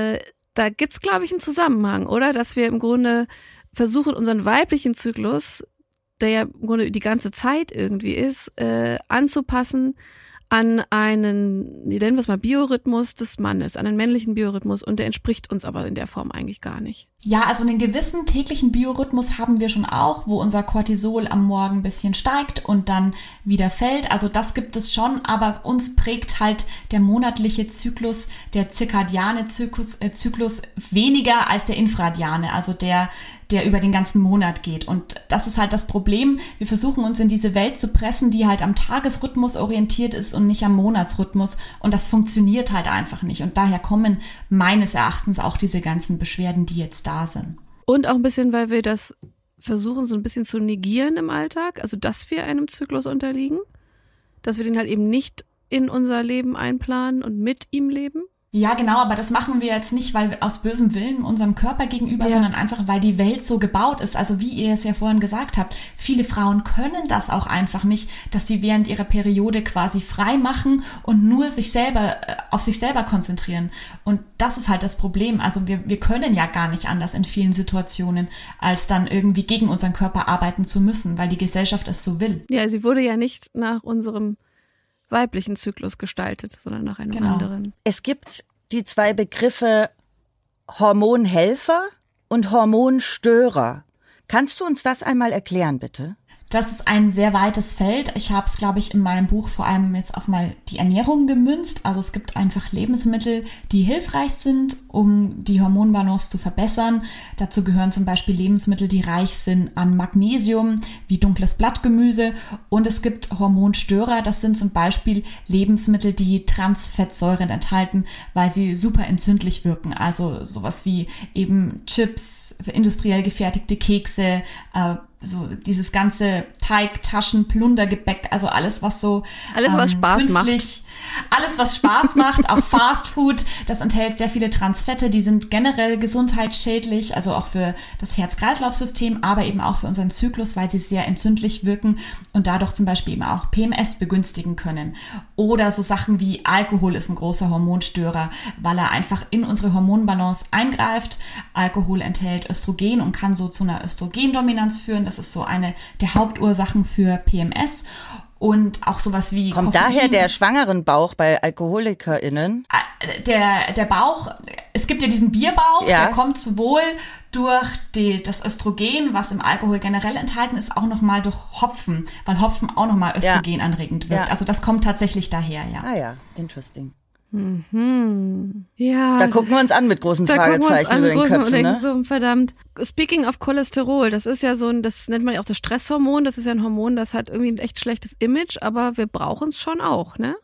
[SPEAKER 2] da gibt's, glaube ich, einen Zusammenhang, oder? Dass wir im Grunde versuchen, unseren weiblichen Zyklus, der ja im Grunde die ganze Zeit irgendwie ist, anzupassen an einen, nennen wir es mal, Biorhythmus des Mannes, an einen männlichen Biorhythmus und der entspricht uns aber in der Form eigentlich gar nicht.
[SPEAKER 4] Ja, also einen gewissen täglichen Biorhythmus haben wir schon auch, wo unser Cortisol am Morgen ein bisschen steigt und dann wieder fällt. Also das gibt es schon, aber uns prägt halt der monatliche Zyklus, der zirkadiane Zyklus weniger als der infradiane, also der über den ganzen Monat geht. Und das ist halt das Problem. Wir versuchen uns in diese Welt zu pressen, die halt am Tagesrhythmus orientiert ist und nicht am Monatsrhythmus. Und das funktioniert halt einfach nicht. Und daher kommen meines Erachtens auch diese ganzen Beschwerden, die jetzt da sind.
[SPEAKER 2] Und auch ein bisschen, weil wir das versuchen, so ein bisschen zu negieren im Alltag. Also, dass wir einem Zyklus unterliegen. Dass wir den halt eben nicht in unser Leben einplanen und mit ihm leben.
[SPEAKER 4] Ja, genau, aber das machen wir jetzt nicht, weil aus bösem Willen unserem Körper gegenüber, sondern einfach, weil die Welt so gebaut ist. Also wie ihr es ja vorhin gesagt habt, viele Frauen können das auch einfach nicht, dass sie während ihrer Periode quasi frei machen und nur auf sich selber konzentrieren. Und das ist halt das Problem. Also wir können ja gar nicht anders in vielen Situationen, als dann irgendwie gegen unseren Körper arbeiten zu müssen, weil die Gesellschaft es so will.
[SPEAKER 2] Ja, sie wurde ja nicht nach unserem weiblichen Zyklus gestaltet, sondern nach einem anderen.
[SPEAKER 1] Es gibt die zwei Begriffe Hormonhelfer und Hormonstörer. Kannst du uns das einmal erklären, bitte?
[SPEAKER 4] Das ist ein sehr weites Feld. Ich habe es, glaube ich, in meinem Buch vor allem jetzt auf mal die Ernährung gemünzt. Also es gibt einfach Lebensmittel, die hilfreich sind, um die Hormonbalance zu verbessern. Dazu gehören zum Beispiel Lebensmittel, die reich sind an Magnesium, wie dunkles Blattgemüse. Und es gibt Hormonstörer. Das sind zum Beispiel Lebensmittel, die Transfettsäuren enthalten, weil sie super entzündlich wirken. Also sowas wie eben Chips, industriell gefertigte Kekse, so dieses ganze Teig, Taschen, Plundergebäck, also alles, was so
[SPEAKER 2] alles, was Spaß macht.
[SPEAKER 4] Alles, was Spaß macht, auch Fast Food, das enthält sehr viele Transfette, die sind generell gesundheitsschädlich, also auch für das Herz-Kreislauf-System, aber eben auch für unseren Zyklus, weil sie sehr entzündlich wirken und dadurch zum Beispiel eben auch PMS begünstigen können. Oder so Sachen wie Alkohol ist ein großer Hormonstörer, weil er einfach in unsere Hormonbalance eingreift. Alkohol enthält Östrogen und kann so zu einer Östrogendominanz führen. Das ist so eine der Hauptursachen für PMS. Und auch sowas wie
[SPEAKER 1] Kommt
[SPEAKER 4] Koffein.
[SPEAKER 1] daher der Schwangerenbauch bei AlkoholikerInnen?
[SPEAKER 4] Der Bauch, es gibt ja diesen Bierbauch,
[SPEAKER 1] Ja.
[SPEAKER 4] der kommt sowohl durch das Östrogen, was im Alkohol generell enthalten ist, auch nochmal durch Hopfen, weil Hopfen auch nochmal Östrogen anregend wirkt.
[SPEAKER 1] Ja.
[SPEAKER 4] Also das kommt tatsächlich daher, ja.
[SPEAKER 1] Ah ja, interesting.
[SPEAKER 2] Ja.
[SPEAKER 1] Da gucken wir uns an mit großen
[SPEAKER 2] Da gucken wir uns
[SPEAKER 1] Fragezeichen
[SPEAKER 2] an,
[SPEAKER 1] über den
[SPEAKER 2] großen
[SPEAKER 1] Köpfen,
[SPEAKER 2] und
[SPEAKER 1] ne?
[SPEAKER 2] denken so, verdammt. Speaking of Cholesterol, das ist ja so das nennt man ja auch das Stresshormon. Das ist ja ein Hormon, das hat irgendwie ein echt schlechtes Image, aber wir brauchen es schon auch, ne?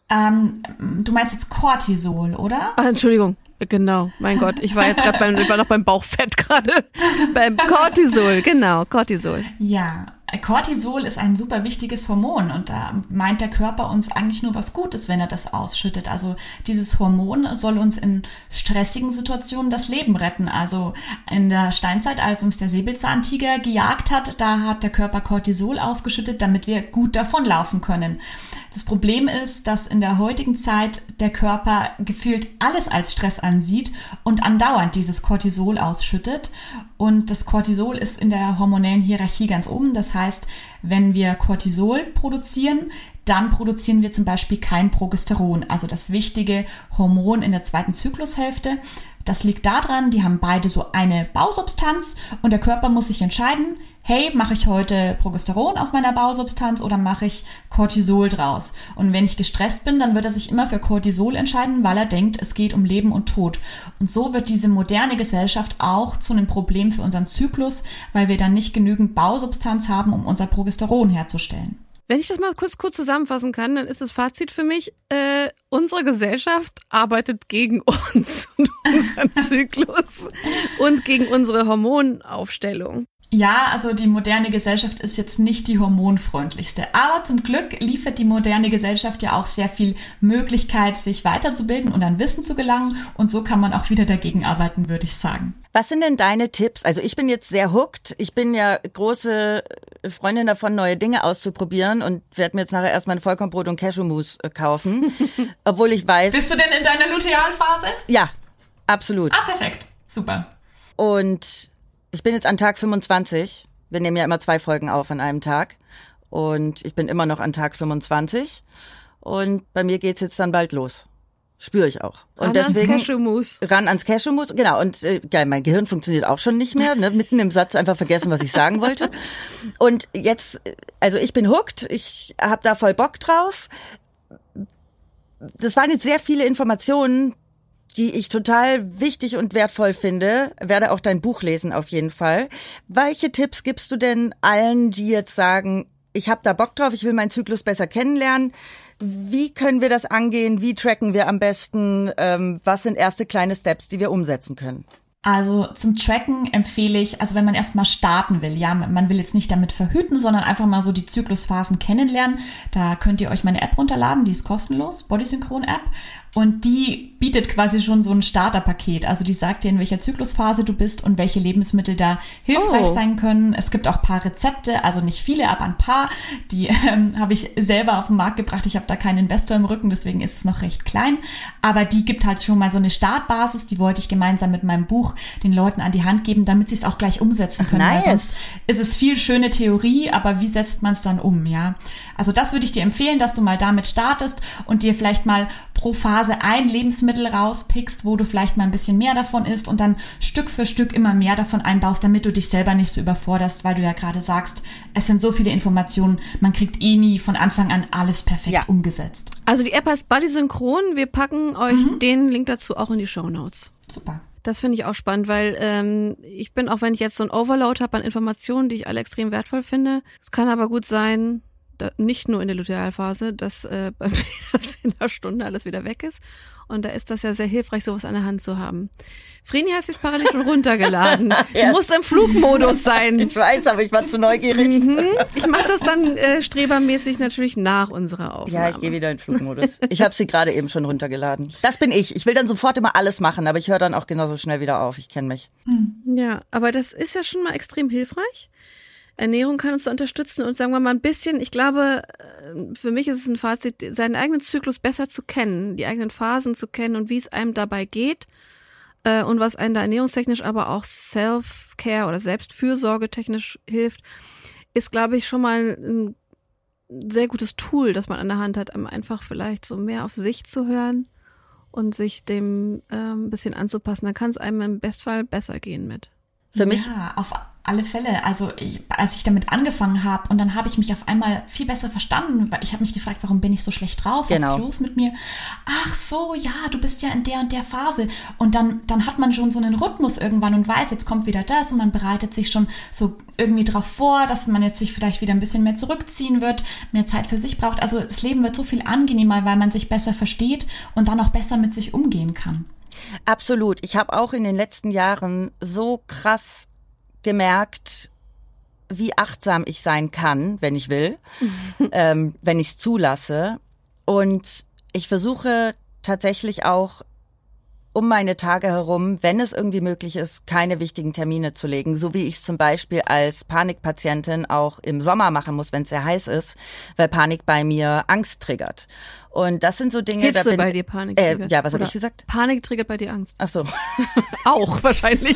[SPEAKER 4] Du meinst jetzt Cortisol, oder?
[SPEAKER 2] Ah, Entschuldigung. Genau, mein Gott, ich war jetzt gerade ich war noch beim Bauchfett gerade. Beim Cortisol, genau, Cortisol.
[SPEAKER 4] Ja, Cortisol ist ein super wichtiges Hormon und da meint der Körper uns eigentlich nur was Gutes, wenn er das ausschüttet. Also dieses Hormon soll uns in stressigen Situationen das Leben retten. Also in der Steinzeit, als uns der Säbelzahntiger gejagt hat, da hat der Körper Cortisol ausgeschüttet, damit wir gut davonlaufen können. Das Problem ist, dass in der heutigen Zeit der Körper gefühlt alles als Stress ansieht und andauernd dieses Cortisol ausschüttet. Und das Cortisol ist in der hormonellen Hierarchie ganz oben. Das heißt, wenn wir Cortisol produzieren, dann produzieren wir zum Beispiel kein Progesteron, also das wichtige Hormon in der zweiten Zyklushälfte. Das liegt daran, die haben beide so eine Bausubstanz und der Körper muss sich entscheiden, hey, mache ich heute Progesteron aus meiner Bausubstanz oder mache ich Cortisol draus? Und wenn ich gestresst bin, dann wird er sich immer für Cortisol entscheiden, weil er denkt, es geht um Leben und Tod. Und so wird diese moderne Gesellschaft auch zu einem Problem für unseren Zyklus, weil wir dann nicht genügend Bausubstanz haben, um unser Progesteron herzustellen.
[SPEAKER 2] Wenn ich das mal kurz zusammenfassen kann, dann ist das Fazit für mich, unsere Gesellschaft arbeitet gegen uns und unseren Zyklus und gegen unsere Hormonaufstellung.
[SPEAKER 4] Ja, also die moderne Gesellschaft ist jetzt nicht die hormonfreundlichste. Aber zum Glück liefert die moderne Gesellschaft ja auch sehr viel Möglichkeit, sich weiterzubilden und an Wissen zu gelangen. Und so kann man auch wieder dagegen arbeiten, würde ich sagen.
[SPEAKER 1] Was sind denn deine Tipps? Also ich bin jetzt sehr hooked. Ich bin ja große Freundin davon, neue Dinge auszuprobieren und werde mir jetzt nachher erstmal ein Vollkornbrot und Cashewmus kaufen. Obwohl ich weiß...
[SPEAKER 4] Bist du denn in deiner Lutealphase?
[SPEAKER 1] Ja, absolut.
[SPEAKER 4] Ah, perfekt. Super.
[SPEAKER 1] Und ich bin jetzt an Tag 25. Wir nehmen ja immer 2 Folgen auf an einem Tag. Und ich bin immer noch an Tag 25. Und bei mir geht's jetzt dann bald los. Spüre ich auch. Und deswegen
[SPEAKER 2] ans Cashewmus.
[SPEAKER 1] Ran ans Cashewmus, genau. Und ja, mein Gehirn funktioniert auch schon nicht mehr. Ne? Mitten im Satz einfach vergessen, was ich sagen wollte. Und jetzt, also ich bin hooked. Ich habe da voll Bock drauf. Das waren jetzt sehr viele Informationen, die ich total wichtig und wertvoll finde. Werde auch dein Buch lesen auf jeden Fall. Welche Tipps gibst du denn allen, die jetzt sagen, ich habe da Bock drauf, ich will meinen Zyklus besser kennenlernen? Wie können wir das angehen? Wie tracken wir am besten? Was sind erste kleine Steps, die wir umsetzen können?
[SPEAKER 4] Also zum Tracken empfehle ich, also wenn man erstmal starten will, ja, man will jetzt nicht damit verhüten, sondern einfach mal so die Zyklusphasen kennenlernen, da könnt ihr euch meine App runterladen, die ist kostenlos, Bodysynchron-App. Und die bietet quasi schon so ein Starterpaket. Also die sagt dir, in welcher Zyklusphase du bist und welche Lebensmittel da hilfreich sein können. Es gibt auch ein paar Rezepte, also nicht viele, aber ein paar. Die habe ich selber auf den Markt gebracht. Ich habe da keinen Investor im Rücken, deswegen ist es noch recht klein. Aber die gibt halt schon mal so eine Startbasis. Die wollte ich gemeinsam mit meinem Buch Buch den Leuten an die Hand geben, damit sie es auch gleich umsetzen können.
[SPEAKER 1] Nice.
[SPEAKER 4] Weil sonst ist es viel schöne Theorie, aber wie setzt man es dann um, ja? Also das würde ich dir empfehlen, dass du mal damit startest und dir vielleicht mal pro Phase ein Lebensmittel rauspickst, wo du vielleicht mal ein bisschen mehr davon isst und dann Stück für Stück immer mehr davon einbaust, damit du dich selber nicht so überforderst, weil du ja gerade sagst, es sind so viele Informationen, man kriegt eh nie von Anfang an alles perfekt umgesetzt.
[SPEAKER 2] Also die App heißt Body Synchron. Wir packen euch den Link dazu auch in die Shownotes.
[SPEAKER 4] Super.
[SPEAKER 2] Das finde ich auch spannend, weil ich bin, auch wenn ich jetzt so ein Overload habe an Informationen, die ich alle extrem wertvoll finde, es kann aber gut sein, nicht nur in der Lutealphase, dass bei mir das in einer Stunde alles wieder weg ist. Und da ist das ja sehr hilfreich, sowas an der Hand zu haben. Vreni hat sich parallel schon runtergeladen. Du musst im Flugmodus sein.
[SPEAKER 1] Ich weiß, aber ich war zu neugierig.
[SPEAKER 2] Ich mache das dann strebermäßig natürlich nach unserer Aufnahme.
[SPEAKER 1] Ja, ich gehe wieder in Flugmodus. Ich habe sie gerade eben schon runtergeladen. Das bin ich. Ich will dann sofort immer alles machen, aber ich höre dann auch genauso schnell wieder auf. Ich kenne mich.
[SPEAKER 2] Ja, aber das ist ja schon mal extrem hilfreich. Ernährung kann uns da unterstützen und sagen wir mal ein bisschen, ich glaube, für mich ist es ein Fazit, seinen eigenen Zyklus besser zu kennen, die eigenen Phasen zu kennen und wie es einem dabei geht und was einem da ernährungstechnisch, aber auch Self-Care oder Selbstfürsorge technisch hilft, ist, glaube ich, schon mal ein sehr gutes Tool, das man an der Hand hat, um einfach vielleicht so mehr auf sich zu hören und sich dem ein bisschen anzupassen. Dann kann es einem im Bestfall besser gehen mit.
[SPEAKER 1] Für mich?
[SPEAKER 4] Ja, auf alle Fälle. Also als ich damit angefangen habe und dann habe ich mich auf einmal viel besser verstanden, weil ich habe mich gefragt, warum bin ich so schlecht drauf? Was ist los mit mir? Ach so, ja, du bist ja in der und der Phase. Und dann hat man schon so einen Rhythmus irgendwann und weiß, jetzt kommt wieder das und man bereitet sich schon so irgendwie drauf vor, dass man jetzt sich vielleicht wieder ein bisschen mehr zurückziehen wird, mehr Zeit für sich braucht. Also das Leben wird so viel angenehmer, weil man sich besser versteht und dann auch besser mit sich umgehen kann.
[SPEAKER 1] Absolut. Ich habe auch in den letzten Jahren so krass gemerkt, wie achtsam ich sein kann, wenn ich will, wenn ich es zulasse. Und ich versuche tatsächlich auch um meine Tage herum, wenn es irgendwie möglich ist, keine wichtigen Termine zu legen, so wie ich es zum Beispiel als Panikpatientin auch im Sommer machen muss, wenn es sehr heiß ist, weil Panik bei mir Angst triggert. Und das sind so Dinge,
[SPEAKER 2] Hitze bei dir Panik triggert.
[SPEAKER 1] Ja, was habe ich gesagt?
[SPEAKER 2] Panik triggert bei dir Angst.
[SPEAKER 1] Ach so.
[SPEAKER 2] Auch wahrscheinlich.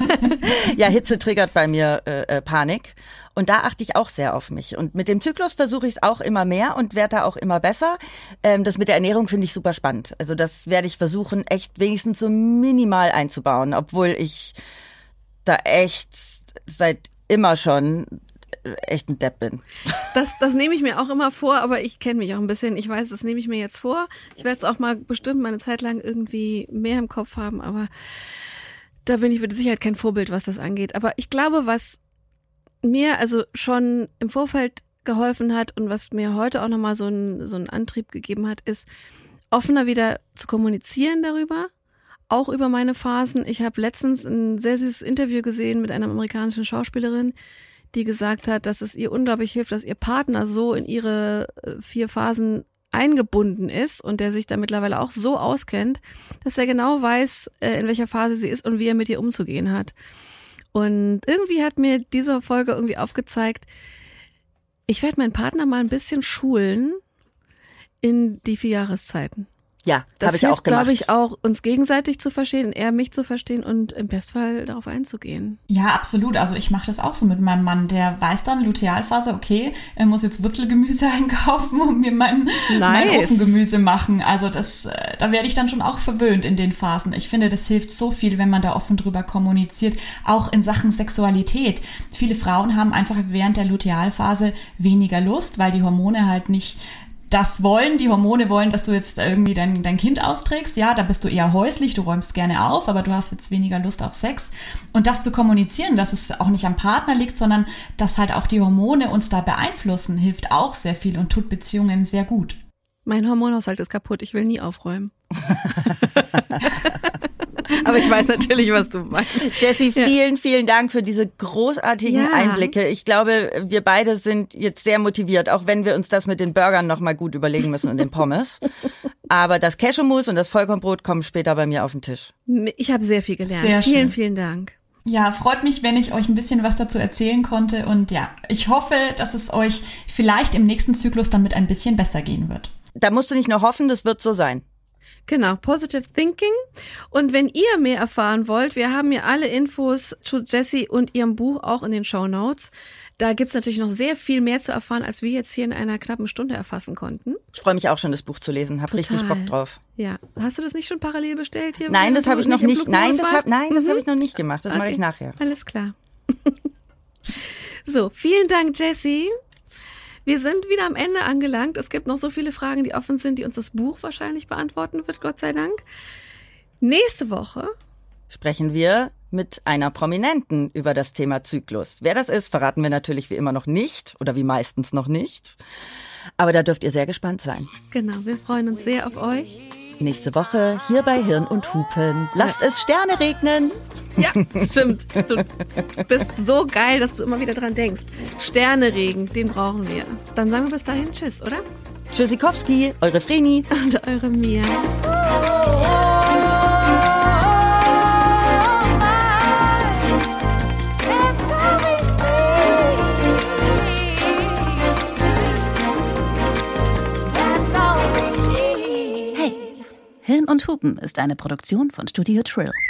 [SPEAKER 1] Ja, Hitze triggert bei mir Panik. Und da achte ich auch sehr auf mich. Und mit dem Zyklus versuche ich es auch immer mehr und werde da auch immer besser. Das mit der Ernährung finde ich super spannend. Also das werde ich versuchen, echt wenigstens so minimal einzubauen, obwohl ich da echt seit immer schon echt ein Depp bin.
[SPEAKER 2] Das nehme ich mir auch immer vor, aber ich kenne mich auch ein bisschen. Ich weiß, das nehme ich mir jetzt vor. Ich werde es auch mal bestimmt meine Zeit lang irgendwie mehr im Kopf haben, aber da bin ich mit Sicherheit kein Vorbild, was das angeht. Aber ich glaube, was mir also schon im Vorfeld geholfen hat und was mir heute auch nochmal so einen Antrieb gegeben hat, ist, offener wieder zu kommunizieren darüber, auch über meine Phasen. Ich habe letztens ein sehr süßes Interview gesehen mit einer amerikanischen Schauspielerin, die gesagt hat, dass es ihr unglaublich hilft, dass ihr Partner so in ihre 4 Phasen eingebunden ist und der sich da mittlerweile auch so auskennt, dass er genau weiß, in welcher Phase sie ist und wie er mit ihr umzugehen hat. Und irgendwie hat mir diese Folge irgendwie aufgezeigt, ich werde meinen Partner mal ein bisschen schulen in die 4 Jahreszeiten.
[SPEAKER 1] Ja, habe ich auch gemacht.
[SPEAKER 2] Das hilft, glaube ich, auch, uns gegenseitig zu verstehen und er mich zu verstehen und im Bestfall darauf einzugehen.
[SPEAKER 4] Ja, absolut. Also ich mache das auch so mit meinem Mann. Der weiß dann, Lutealphase, okay, er muss jetzt Wurzelgemüse einkaufen und mir mein Ofengemüse machen. Also da werde ich dann schon auch verwöhnt in den Phasen. Ich finde, das hilft so viel, wenn man da offen drüber kommuniziert, auch in Sachen Sexualität. Viele Frauen haben einfach während der Lutealphase weniger Lust, weil die Hormone halt nicht das wollen. Die Hormone wollen, dass du jetzt irgendwie dein Kind austrägst. Ja, da bist du eher häuslich, du räumst gerne auf, aber du hast jetzt weniger Lust auf Sex. Und das zu kommunizieren, dass es auch nicht am Partner liegt, sondern dass halt auch die Hormone uns da beeinflussen, hilft auch sehr viel und tut Beziehungen sehr gut.
[SPEAKER 2] Mein Hormonhaushalt ist kaputt, ich will nie aufräumen. Aber ich weiß natürlich, was du meinst.
[SPEAKER 1] Jessie, vielen Dank für diese großartigen Einblicke. Ich glaube, wir beide sind jetzt sehr motiviert, auch wenn wir uns das mit den Burgern nochmal gut überlegen müssen und den Pommes. Aber das Cashewmus und das Vollkornbrot kommen später bei mir auf den Tisch.
[SPEAKER 2] Ich habe sehr viel gelernt. Vielen Dank.
[SPEAKER 4] Ja, freut mich, wenn ich euch ein bisschen was dazu erzählen konnte. Und ja, ich hoffe, dass es euch vielleicht im nächsten Zyklus damit ein bisschen besser gehen wird.
[SPEAKER 1] Da musst du nicht nur hoffen, das wird so sein.
[SPEAKER 2] Genau, Positive Thinking. Und wenn ihr mehr erfahren wollt, wir haben ja alle Infos zu Jessie und ihrem Buch auch in den Shownotes. Da gibt's natürlich noch sehr viel mehr zu erfahren, als wir jetzt hier in einer knappen Stunde erfassen konnten.
[SPEAKER 1] Ich freue mich auch schon, das Buch zu lesen. Hab richtig Bock drauf.
[SPEAKER 2] Ja. Hast du das nicht schon parallel bestellt hier?
[SPEAKER 1] Nein, das habe ich noch nicht. Nein, das habe ich noch nicht gemacht. Das mache ich nachher.
[SPEAKER 2] Alles klar. So, vielen Dank, Jessie. Wir sind wieder am Ende angelangt. Es gibt noch so viele Fragen, die offen sind, die uns das Buch wahrscheinlich beantworten wird, Gott sei Dank. Nächste Woche
[SPEAKER 1] sprechen wir mit einer Prominenten über das Thema Zyklus. Wer das ist, verraten wir natürlich wie immer noch nicht oder wie meistens noch nicht. Aber da dürft ihr sehr gespannt sein.
[SPEAKER 2] Genau, wir freuen uns sehr auf euch.
[SPEAKER 1] Nächste Woche hier bei Hirn und Hupen. Lasst es Sterne regnen.
[SPEAKER 2] Ja, stimmt. Du bist so geil, dass du immer wieder dran denkst. Sterneregen, den brauchen wir. Dann sagen wir bis dahin Tschüss, oder?
[SPEAKER 1] Tschüssikowski, eure Vreni.
[SPEAKER 2] Und eure Mia.
[SPEAKER 3] Hirn und Hupen ist eine Produktion von Studio Trill.